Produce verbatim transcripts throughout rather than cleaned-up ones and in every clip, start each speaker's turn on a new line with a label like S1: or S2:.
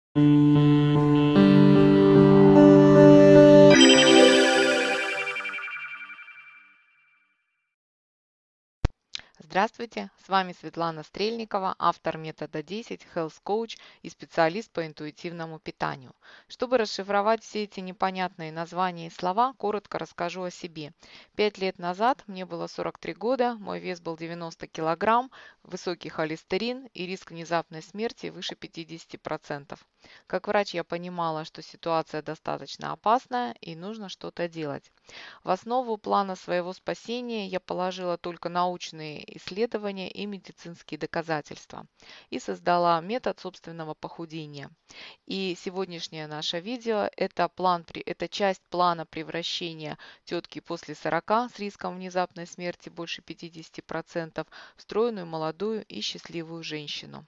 S1: Здравствуйте, с вами Светлана Стрельникова, автор метода десять, Health Coach и специалист по интуитивному питанию. Чтобы расшифровать все эти непонятные названия и слова, коротко расскажу о себе. Пять лет назад мне было сорок три года, мой вес был девяносто килограмм, высокий холестерин и риск внезапной смерти выше пятидесяти процентов. Как врач я понимала, что ситуация достаточно опасная и нужно что-то делать. В основу плана своего спасения я положила только научные исследования и медицинские доказательства и создала метод собственного похудения. И сегодняшнее наше видео– это, план, это часть плана превращения тетки после сорока с риском внезапной смерти больше пятидесяти процентов в стройную, молодую и счастливую женщину.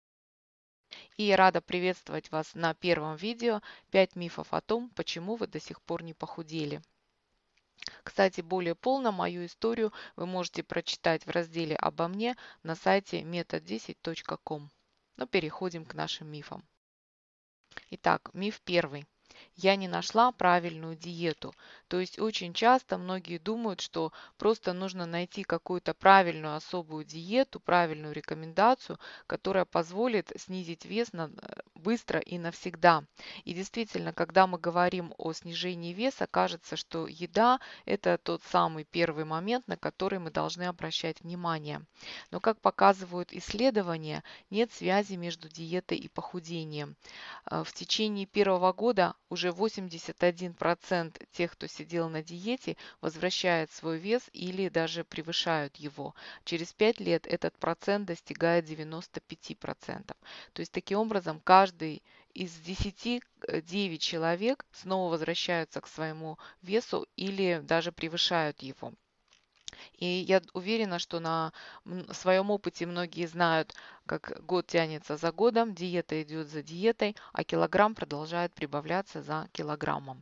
S1: И я рада приветствовать вас на первом видео пять мифов о том, почему вы до сих пор не похудели. Кстати, более полно мою историю вы можете прочитать в разделе «Обо мне» на сайте метод десять точка ком. Но переходим к нашим мифам. Итак, миф первый. Я не нашла правильную диету. То есть очень часто многие думают, что просто нужно найти какую-то правильную особую диету, правильную рекомендацию, которая позволит снизить вес на, быстро и навсегда. И действительно, когда мы говорим о снижении веса, кажется, что еда– это тот самый первый момент, на который мы должны обращать внимание. Но, как показывают исследования, нет связи между диетой и похудением. В течение первого года уже восемьдесят один процент тех, кто сидел на диете, возвращает свой вес или даже превышают его. Через пять лет этот процент достигает девяноста пяти процентов. То есть таким образом каждый из десяти девять человек снова возвращаются к своему весу или даже превышают его. И я уверена, что на своем опыте многие знают, как год тянется за годом, диета идет за диетой, а килограмм продолжает прибавляться за килограммом.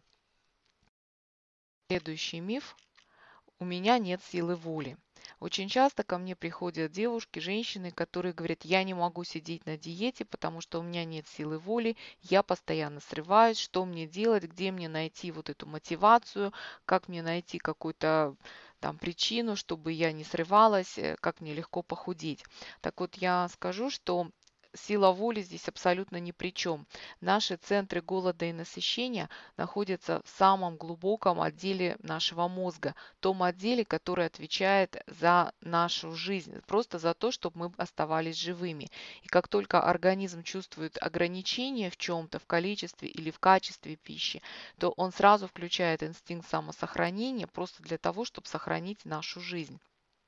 S1: Следующий миф. У меня нет силы воли. Очень часто ко мне приходят девушки, женщины, которые говорят, я не могу сидеть на диете, потому что у меня нет силы воли, я постоянно срываюсь, что мне делать, где мне найти вот эту мотивацию, как мне найти какую-то там причину, чтобы я не срывалась, как мне легко похудеть. Так вот, я скажу, что сила воли здесь абсолютно ни при чем. Наши центры голода и насыщения находятся в самом глубоком отделе нашего мозга, том отделе, который отвечает за нашу жизнь, просто за то, чтобы мы оставались живыми. И как только организм чувствует ограничения в чем-то, в количестве или в качестве пищи, то он сразу включает инстинкт самосохранения просто для того, чтобы сохранить нашу жизнь.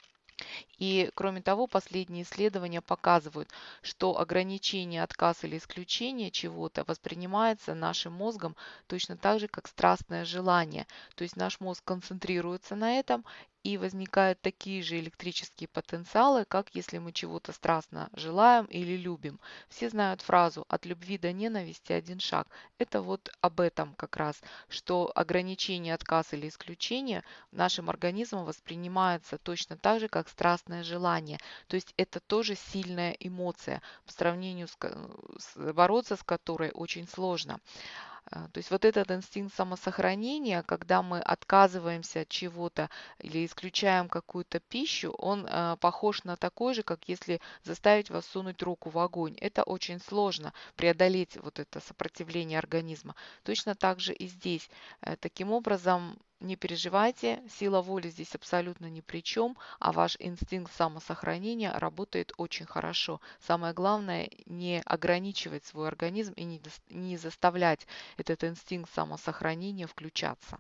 S1: И кроме того, последние исследования показывают, что ограничение, отказ или исключение чего-то воспринимается нашим мозгом точно так же, как страстное желание. То есть наш мозг концентрируется на этом, и возникают такие же электрические потенциалы, как если мы чего-то страстно желаем или любим. Все знают фразу «от любви до ненависти один шаг». Это вот об этом как раз, что ограничение, отказ или исключение нашим организмом воспринимается точно так же, как страстное желание. То есть это тоже сильная эмоция, по сравнению с, с бороться с которой очень сложно. То есть вот этот инстинкт самосохранения, когда мы отказываемся от чего-то или исключаем какую-то пищу, он э, похож на такой же, как если заставить вас сунуть руку в огонь. Это очень сложно преодолеть вот это сопротивление организма. Точно так же и здесь. Э, таким образом, не переживайте, сила воли здесь абсолютно ни при чем, а ваш инстинкт самосохранения работает очень хорошо. Самое главное не ограничивать свой организм и не, не заставлять этот инстинкт самосохранения включаться.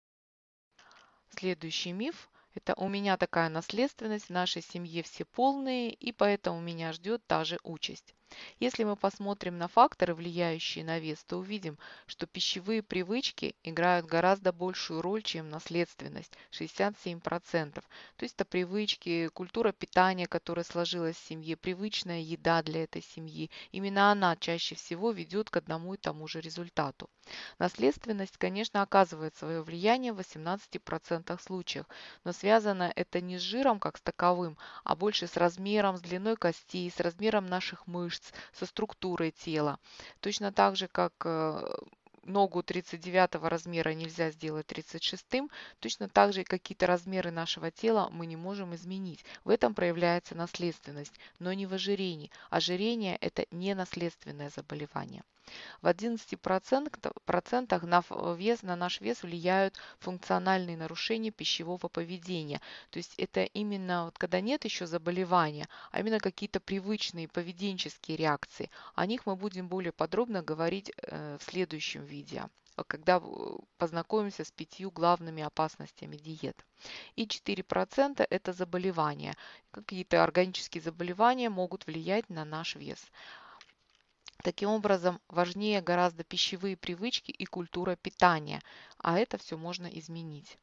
S1: Следующий миф. Это у меня такая наследственность, в нашей семье все полные, и поэтому меня ждет та же участь. Если мы посмотрим на факторы, влияющие на вес, то увидим, что пищевые привычки играют гораздо большую роль, чем наследственность– шестьдесят семь процентов. То есть это привычки, культура питания, которая сложилась в семье, привычная еда для этой семьи. Именно она чаще всего ведет к одному и тому же результату. Наследственность, конечно, оказывает свое влияние в восемнадцати процентах случаев, но связано это не с жиром как с таковым, а больше с размером, с длиной костей, с размером наших мышц, мышц, со структурой тела. Точно так же, как э, ногу тридцать девятого размера нельзя сделать тридцать шестым, точно так же и какие-то размеры нашего тела мы не можем изменить. В этом проявляется наследственность, но не в ожирении. Ожирение – это не наследственное заболевание. В одиннадцати процентах на вес, на наш вес влияют функциональные нарушения пищевого поведения. То есть это именно вот когда нет еще заболевания, а именно какие-то привычные поведенческие реакции. О них мы будем более подробно говорить в следующем видео, когда познакомимся с пятью главными опасностями диет. И четыре процента это заболевания. Какие-то органические заболевания могут влиять на наш вес. Таким образом, важнее гораздо пищевые привычки и культура питания, а это все можно изменить.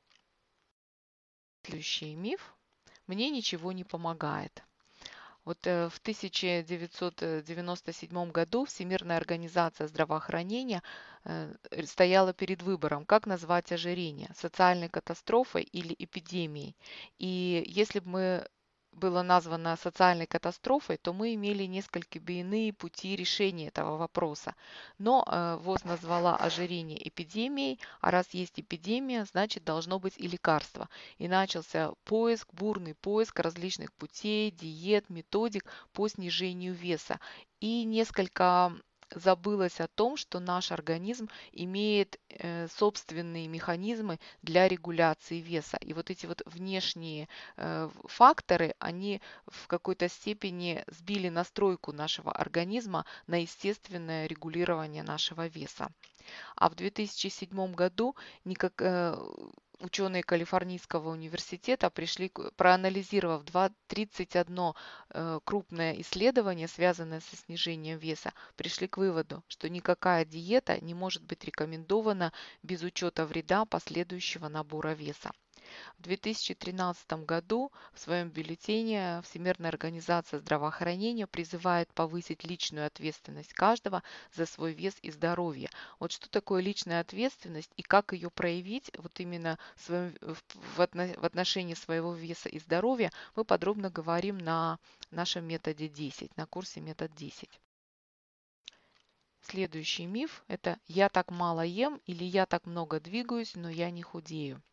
S1: Следующий миф. Мне ничего не помогает. Вот в тысяча девятьсот девяносто седьмом году Всемирная организация здравоохранения стояла перед выбором, как назвать ожирение – социальной катастрофой или эпидемией. И если бы мы было названо социальной катастрофой, то мы имели несколько иные пути решения этого вопроса. Но э, ВОЗ назвала ожирение эпидемией, а раз есть эпидемия, значит должно быть и лекарство. И начался поиск, бурный поиск различных путей, диет, методик по снижению веса. И несколько забылось о том, что наш организм имеет э, собственные механизмы для регуляции веса. И вот эти вот внешние э, факторы, они в какой-то степени сбили настройку нашего организма на естественное регулирование нашего веса. А в две тысячи седьмом году никак, э, ученые Калифорнийского университета пришли, проанализировав тридцать одно э, крупное исследование, связанное со снижением веса, пришли к выводу, что никакая диета не может быть рекомендована без учета вреда последующего набора веса. В две тысячи тринадцатом году в своем бюллетене Всемирная организация здравоохранения призывает повысить личную ответственность каждого за свой вес и здоровье. Вот что такое личная ответственность и как ее проявить вот именно в, своем, в отношении своего веса и здоровья, мы подробно говорим на нашем методе десять, на курсе метод десять. Следующий миф – это «я так мало ем» или «я так много двигаюсь, но я не худею».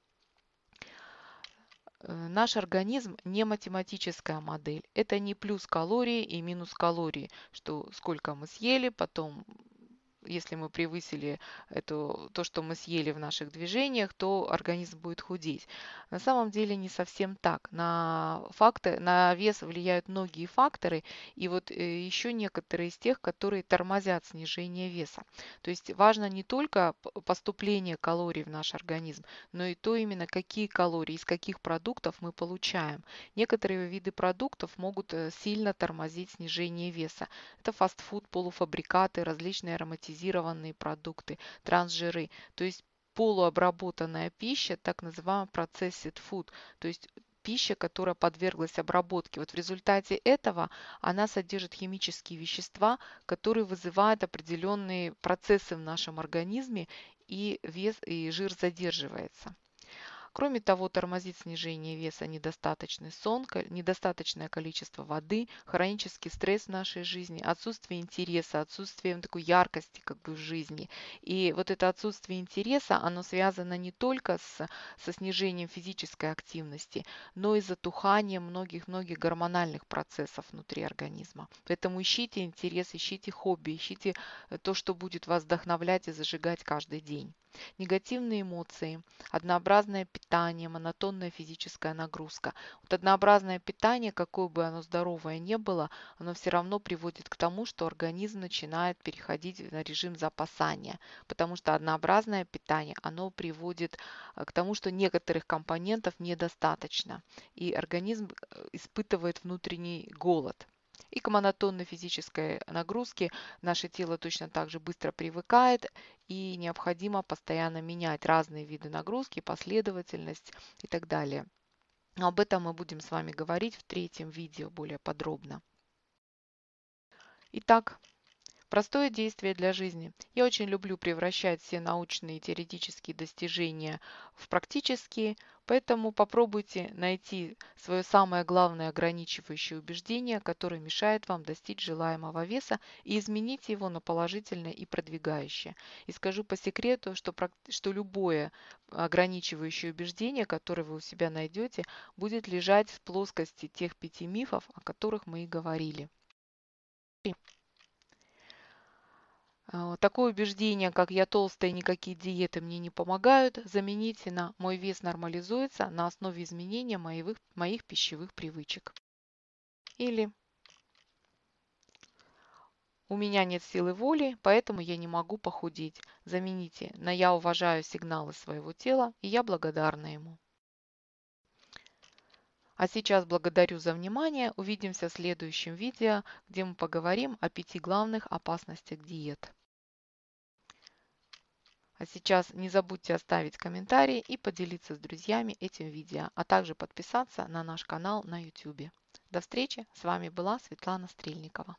S1: Наш организм не математическая модель. Это не плюс калории и минус калории, что сколько мы съели, потом если мы превысили это, то, что мы съели в наших движениях, то организм будет худеть. На самом деле не совсем так. На, факты, на вес влияют многие факторы, и вот еще некоторые из тех, которые тормозят снижение веса. То есть важно не только поступление калорий в наш организм, но и то именно, какие калории, из каких продуктов мы получаем. Некоторые виды продуктов могут сильно тормозить снижение веса. Это фастфуд, полуфабрикаты, различные ароматизированные продукты, трансжиры, то есть полуобработанная пища, так называемый processed food, то есть пища, которая подверглась обработке. Вот в результате этого она содержит химические вещества, которые вызывают определенные процессы в нашем организме, и вес и жир задерживается. Кроме того, тормозит снижение веса недостаточный сон, недостаточное количество воды, хронический стресс в нашей жизни, отсутствие интереса, отсутствие такой яркости как бы в жизни. И вот это отсутствие интереса, оно связано не только с, со снижением физической активности, но и затуханием многих-многих гормональных процессов внутри организма. Поэтому ищите интерес, ищите хобби, ищите то, что будет вас вдохновлять и зажигать каждый день. Негативные эмоции, однообразное питание, монотонная физическая нагрузка. Вот однообразное питание, какое бы оно здоровое не было, оно все равно приводит к тому, что организм начинает переходить на режим запасания, потому что однообразное питание, оно приводит к тому, что некоторых компонентов недостаточно, и организм испытывает внутренний голод. И к монотонной физической нагрузке наше тело точно так же быстро привыкает, и необходимо постоянно менять разные виды нагрузки, последовательность и так далее. Но об этом мы будем с вами говорить в третьем видео более подробно. Итак, простое действие для жизни. Я очень люблю превращать все научные и теоретические достижения в практические, Поэтому попробуйте найти свое самое главное ограничивающее убеждение, которое мешает вам достичь желаемого веса, и измените его на положительное и продвигающее. И скажу по секрету, что, что любое ограничивающее убеждение, которое вы у себя найдете, будет лежать в плоскости тех пяти мифов, о которых мы и говорили. Такое убеждение, как «я толстая, никакие диеты мне не помогают», замените на «мой вес нормализуется на основе изменения моих, моих пищевых привычек». Или «у меня нет силы воли, поэтому я не могу похудеть». Замените на «я уважаю сигналы своего тела, и я благодарна ему». А сейчас благодарю за внимание. Увидимся в следующем видео, где мы поговорим о пяти главных опасностях диет. А сейчас не забудьте оставить комментарий и поделиться с друзьями этим видео, а также подписаться на наш канал на ютубе. До встречи! С вами была Светлана Стрельникова.